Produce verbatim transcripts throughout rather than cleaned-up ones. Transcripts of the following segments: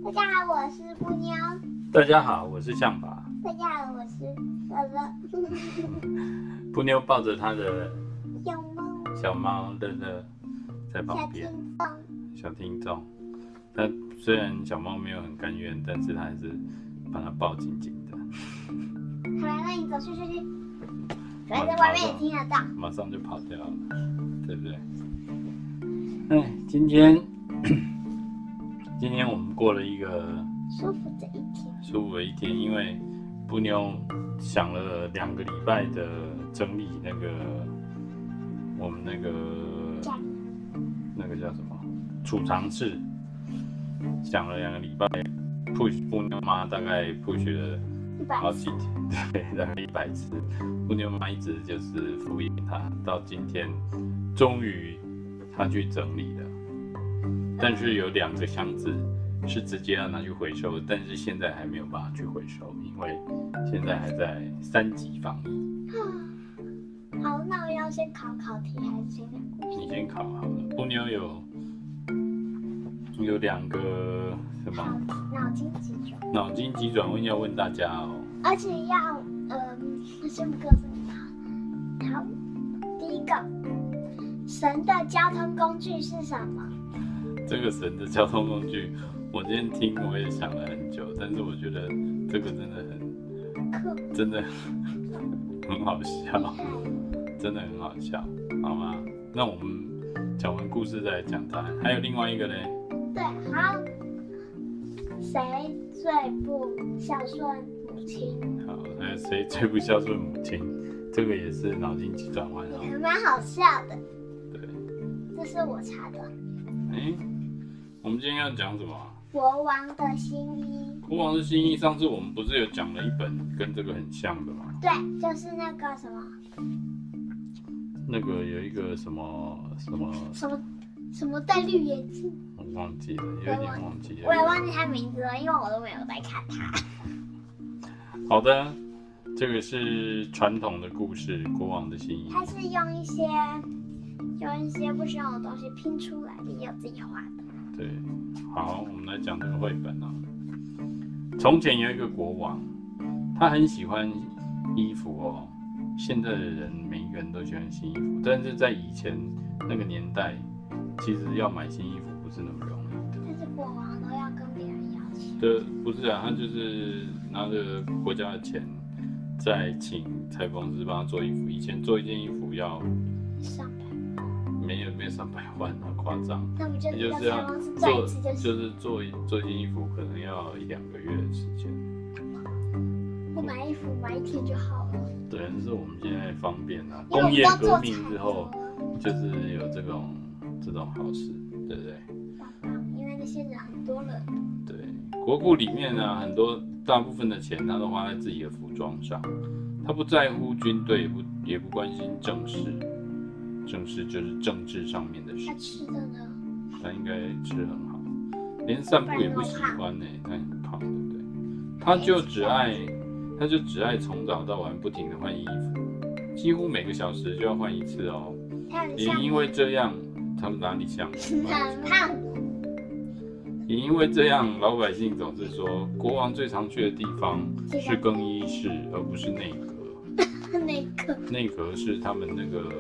大家好，我是布妞。 大家好，我是象拔。 大家好，我是乐乐。 布妞抱着他的小猫， 小猫乐乐在旁小边， 听众。 小听众。他虽然小猫没有很甘愿，但是他还是把它抱紧紧的。 好了，那你走去去去，反正在外面也听得到。 马上就跑掉了，对不对？哎，今天今天我们过了一个舒服的一天， 舒服的一天，因为布妞想了两个礼拜的整理那个我们那个那个叫什么储藏室，想了两个礼拜 ，push 布妞妈大概 push 了好几天，对，大概一百次，布妞妈一直就是敷衍她，到今天终于她去整理了，但是有两个箱子是直接要拿去回收，但是现在还没有办法去回收，因为现在还在三级防疫。 好，那我要先考考题还是先讲故事？ 你先考好了。布妞有有两个什么脑筋急转， 脑筋急转问要问大家哦， 而且要嗯，先不告诉你们。好，第一个，神的交通工具是什么？ 这个神的交通工具，我今天听我也想了很久，但是我觉得这个真的很，真的很好笑，真的很好笑，好吗？那我们讲完故事再来讲答案。还有另外一个呢？ 对，好，谁最不孝顺母亲？ 好，还有谁最不孝顺母亲？这个也是脑筋急转弯哦。 也还蛮好笑的。 对， 这是我查的。 哎，我们今天要讲什么？ 国王的新衣。 国王的新衣，上次我们不是有讲了一本跟这个很像的吗？ 对，就是那个什么那个有一个什么什么什么什么戴绿眼镜， 我忘记了，有点忘记了。 我也忘记他名字了，因为我都没有在看他。 好的，这个是传统的故事，国王的新衣。 他是用一些用一些不需要的东西拼出来的，也有自己画的。 对，好，我们来讲这个绘本啊。从前有一个国王，他很喜欢衣服哦。现在的人每一个人都喜欢新衣服，但是在以前那个年代，其实要买新衣服不是那么容易的。 但是国王都要跟别人要钱。 对，不是啊，他就是拿着国家的钱，再请裁缝师帮他做衣服。以前做一件衣服要上百， 没有没有上百万，好夸张。 那不就也就是要做，就是做做一件衣服可能要一两个月的时间。 不买衣服买一天就好了。 对，但是我们现在方便啊，工业革命之后，就是有这种这种好事，对不对？ 因为那些人很多人。 对，国库里面呢，很多大部分的钱他都花在自己的服装上，他不在乎军队，也不也不关心政事，政事就是政治上面的事。 他吃的呢？ 他应该吃很好，连散步也不喜欢呢、欸，他很胖，对不对？他就只爱。他就只爱从早到晚不停的换衣服，几乎每个小时就要换一次哦。也因为这样，他们哪里像？ 很胖。 也因为这样，老百姓总是说，国王最常去的地方是更衣室，而不是内阁。 内阁。 内阁是他们那个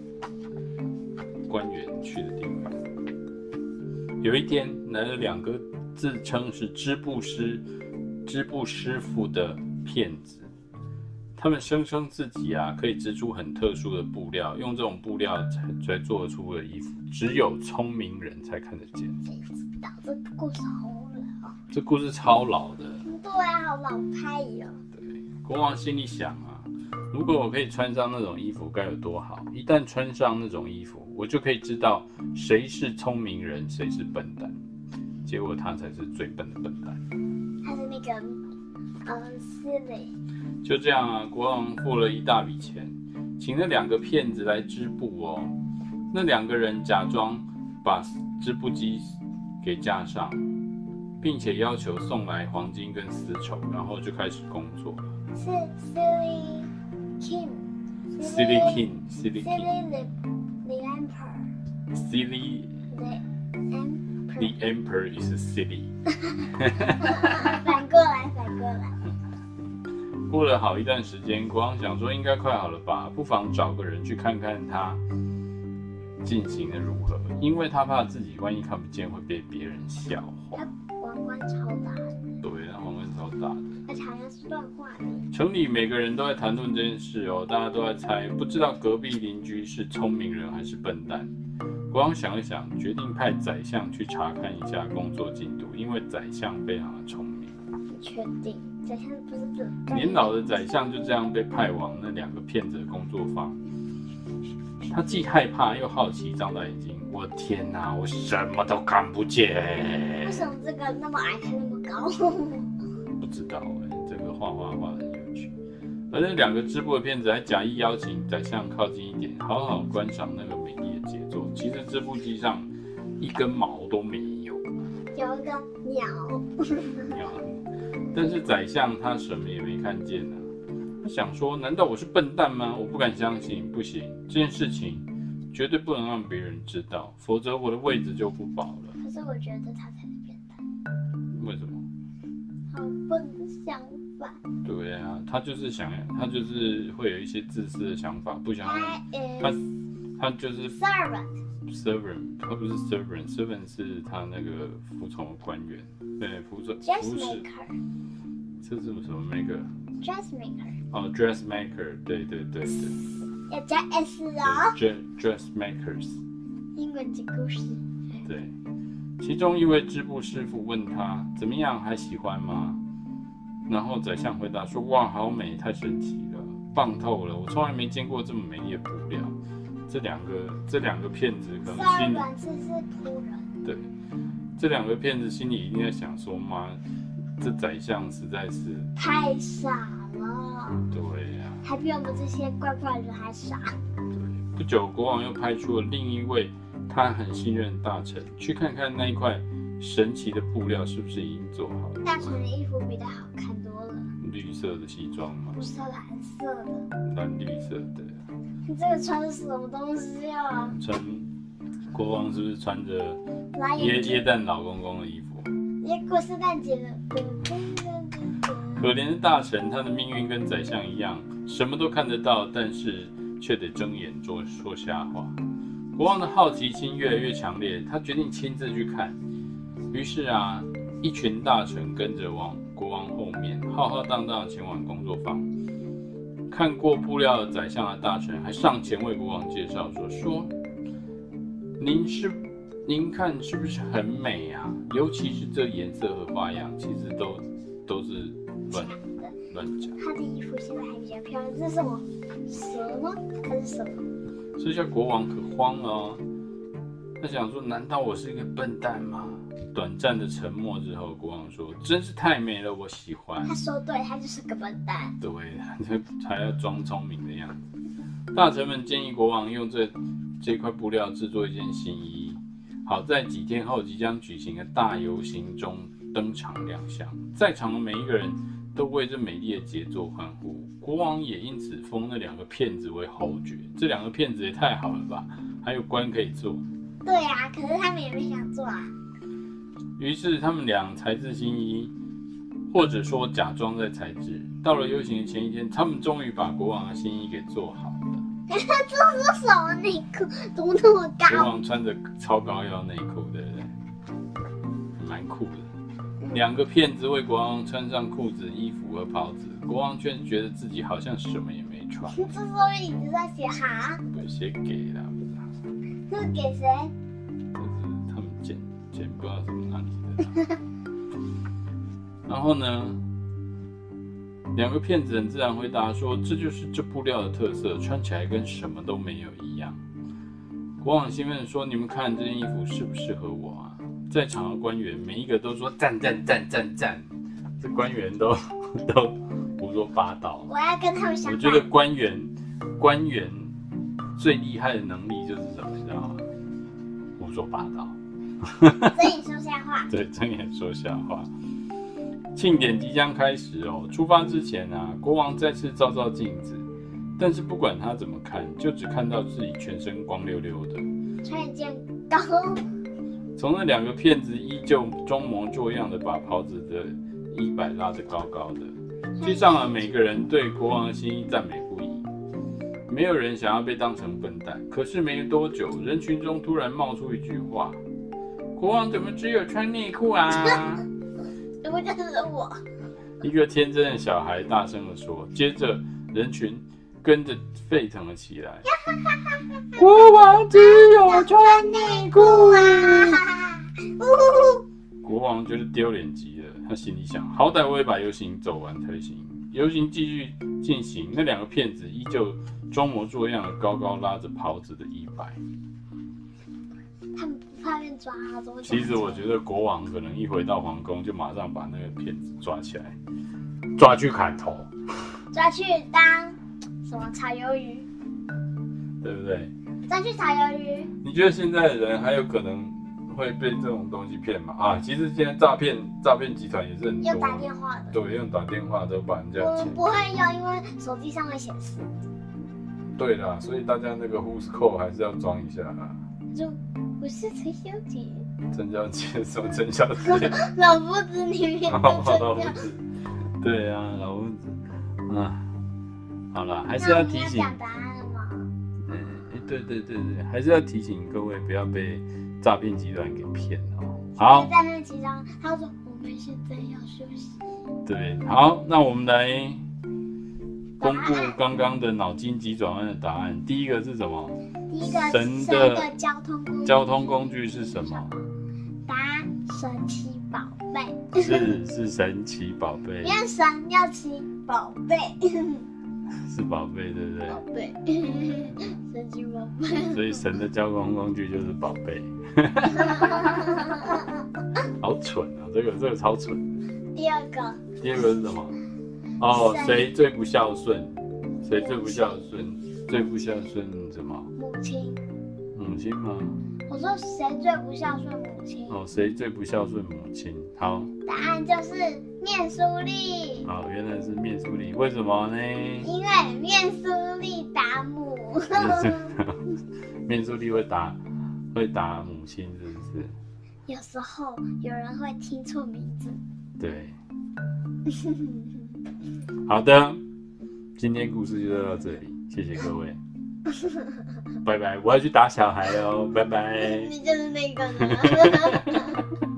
官员去的地方。有一天，来了两个自称是织布师、织布师傅的骗子，他们声称自己啊可以织出很特殊的布料，用这种布料才才做出的衣服，只有聪明人才看得见。 谁知道这故事好老？ 这故事超老的。 对啊，好老派哟。 对，国王心里想啊，如果我可以穿上那种衣服该有多好！一旦穿上那种衣服，我就可以知道谁是聪明人，谁是笨蛋。结果他才是最笨的笨蛋。 他是那个。嗯 silly 就这样啊，国王付了一大笔钱，请了两个骗子来织布哦。那两个人假装把织布机给架上，并且要求送来黄金跟丝绸，然后就开始工作了。 是 silly king silly king silly king silly the the emperor silly the emperor The emperor is silly 反过来，反过来。 过了好一段时间，国王想说应该快好了吧，不妨找个人去看看他进行的如何，因为他怕自己万一看不见会被别人笑话。 他王冠超大的， 对，他王冠超大的， 而且好像是乱画的。 城里每个人都在谈论这件事哦，大家都在猜，不知道隔壁邻居是聪明人还是笨蛋。国王想一想，决定派宰相去查看一下工作进度，因为宰相非常的聪明。 你确定？宰相不是笨？ 年老的宰相就这样被派往那两个骗子的工作坊。他既害怕又好奇，张大眼睛。我天哪，我什么都看不见。 为什么这个那么矮，还那么高？ 不知道哎、欸，这个画画画得很有趣。而那两个织布的骗子还假意邀请宰相靠近一点，好好观赏那个美丽的杰作。其实织布机上一根毛都没有， 有一个鸟。 鸟，但是宰相他什么也没看见啊。他想说，难道我是笨蛋吗？我不敢相信，不行，这件事情绝对不能让别人知道，否则我的位置就不保了。 可是我觉得他才是变态。 为什么？ 好笨的想法。 对啊，他就是想，他就是会有一些自私的想法，不想让他他就是 servant servant， 他不是 servant，servant 是他那个服从的官员，对，服从服侍。 dressmaker， 这是什么 maker？dressmaker。 哦 ，dressmaker， 对对对对。 要加 s 哦。 dressmakers。 英文讲故事。 对，其中一位织布师傅问他怎么样，还喜欢吗？然后宰相回答说：“哇，好美，太神奇了，棒透了！我从来没见过这么美丽的布料。”这两个这两个骗子可能心里是是仆人。 对，这两个骗子心里一定在想说：“妈，这宰相实在是太傻了。” 对呀、啊， 还比我们这些怪怪人还傻。 对，不久国王又派出了另一位他很信任的大臣，去看看那一块神奇的布料是不是已经做好了。 大臣的衣服比他好看多了。 绿色的西装吗？ 不是蓝色的。 蓝绿色的。 你这个穿的是什么东西啊？ 穿国王是不是穿着耶耶诞老公公的衣服？ 也过圣诞节了。 可怜的大臣，他的命运跟宰相一样，什么都看得到，但是却得睁眼做说瞎话。国王的好奇心越来越强烈，他决定亲自去看。于是啊，一群大臣跟着往国王后面，浩浩荡荡前往工作坊。看过布料的宰相的大臣还上前为国王介绍说：“说，您是您看是不是很美啊？尤其是这颜色和花样，其实都都是乱乱讲。 他的衣服现在还比较漂亮，这是什么蛇吗？还是什么？” 这下国王可慌了、哦，他想说：“难道我是一个笨蛋吗？”短暂的沉默之后，国王说：“真是太美了，我喜欢。” 他说对，他就是个笨蛋。 对，他还要装聪明的样子。大臣们建议国王用这这块布料制作一件新衣，好在几天后即将举行的大游行中登场亮相。在场的每一个人都为这美丽的杰作欢呼，国王也因此封那两个骗子为侯爵。这两个骗子也太好了吧，还有官可以做。 对啊，可是他们也没想做啊。 于是他们俩裁制新衣，或者说假装在裁制。到了游行的前一天，他们终于把国王的新衣给做好了。 他做出什么内裤？怎么那么高？ 国王穿着超高腰内裤，对不对？蛮酷的。两个骗子为国王穿上裤子、衣服和袍子，国王却觉得自己好像什么也没穿。 这上面一直在写哈？ 不写给啦，不是哈。 这是给谁？ 这是他们剪剪不知道什么哪里的。然后呢，两个骗子很自然回答说：“这就是这布料的特色，穿起来跟什么都没有一样。”国王兴奋说：“你们看这件衣服适不适合我啊？”在场的官员每一个都说赞赞赞赞赞，这官员都都胡说八道。 我要跟他们相反。 我觉得官员官员最厉害的能力就是什么，你知道吗？胡说八道。 睁眼说瞎话。 对，睁眼说瞎话。庆典即将开始哦，出发之前啊，国王再次照照镜子，但是不管他怎么看，就只看到自己全身光溜溜的， 穿一件高从那两个骗子依旧装模作样的把袍子的衣摆拉得高高的，剧上的每个人对国王的心意赞美不已。没有人想要被当成笨蛋，可是没多久，人群中突然冒出一句话：“国王怎么只有穿内裤啊？” 不就是我？ 一个天真的小孩大声地说，接着人群跟着沸腾了起来。国王只有穿内裤啊！国王觉得丢脸极了，他心里想：好歹我也把游行走完才行。游行继续进行，那两个骗子依旧装模作样的高高拉着袍子的衣摆。 他们不怕被抓啊？怎么？ 其实我觉得国王可能一回到皇宫，就马上把那个骗子抓起来，抓去砍头， 抓去当什么炒鱿鱼， 对不对？ 抓去炒鱿鱼。 你觉得现在的人还有可能会被这种东西骗吗？啊，其实现在诈骗诈骗集团也是很多， 用打电话的， 对，用打电话都把人家钱。 我不会用，因为手机上会显示。 对啦，所以大家那个 Who's Call 还是要装一下啦。 就我是陈小姐， 陈小姐什么陈小姐？ 老夫子里面的老陈夫子，对啊，老夫子，啊，好啦，还是要提醒。 讲答案了吗？ 嗯，对对对对，还是要提醒各位不要被诈骗集团给骗哦。好， 在那集上，他说我们现在要休息。 对，好，那我们来公布刚刚的脑筋急转弯的答案。第一个是什么？ 第一个神的的交通工具， 交通工具是什么？ 答案神奇宝贝。 是是神奇宝贝因，为神要骑宝贝， 是宝贝，对不对？ 宝贝，神奇宝贝。 所以神的交通工具就是宝贝。好蠢啊！这个这个超蠢。 第二个， 第二个是什么？哦，谁最不孝顺？谁最不孝顺？最不孝顺什么？ 母亲。 母亲吗？ 我说谁最不孝顺母亲？ 哦，谁最不孝顺母亲？好， 答案就是面苏力。 哦，原来是面苏力，为什么呢？ 因为面苏力打母。 面苏力会打会打母亲，是不是？ 有时候有人会听错名字。 对。好的，今天故事就到这里，谢谢各位，拜拜，我要去打小孩哦，拜拜。 你就是那个呢。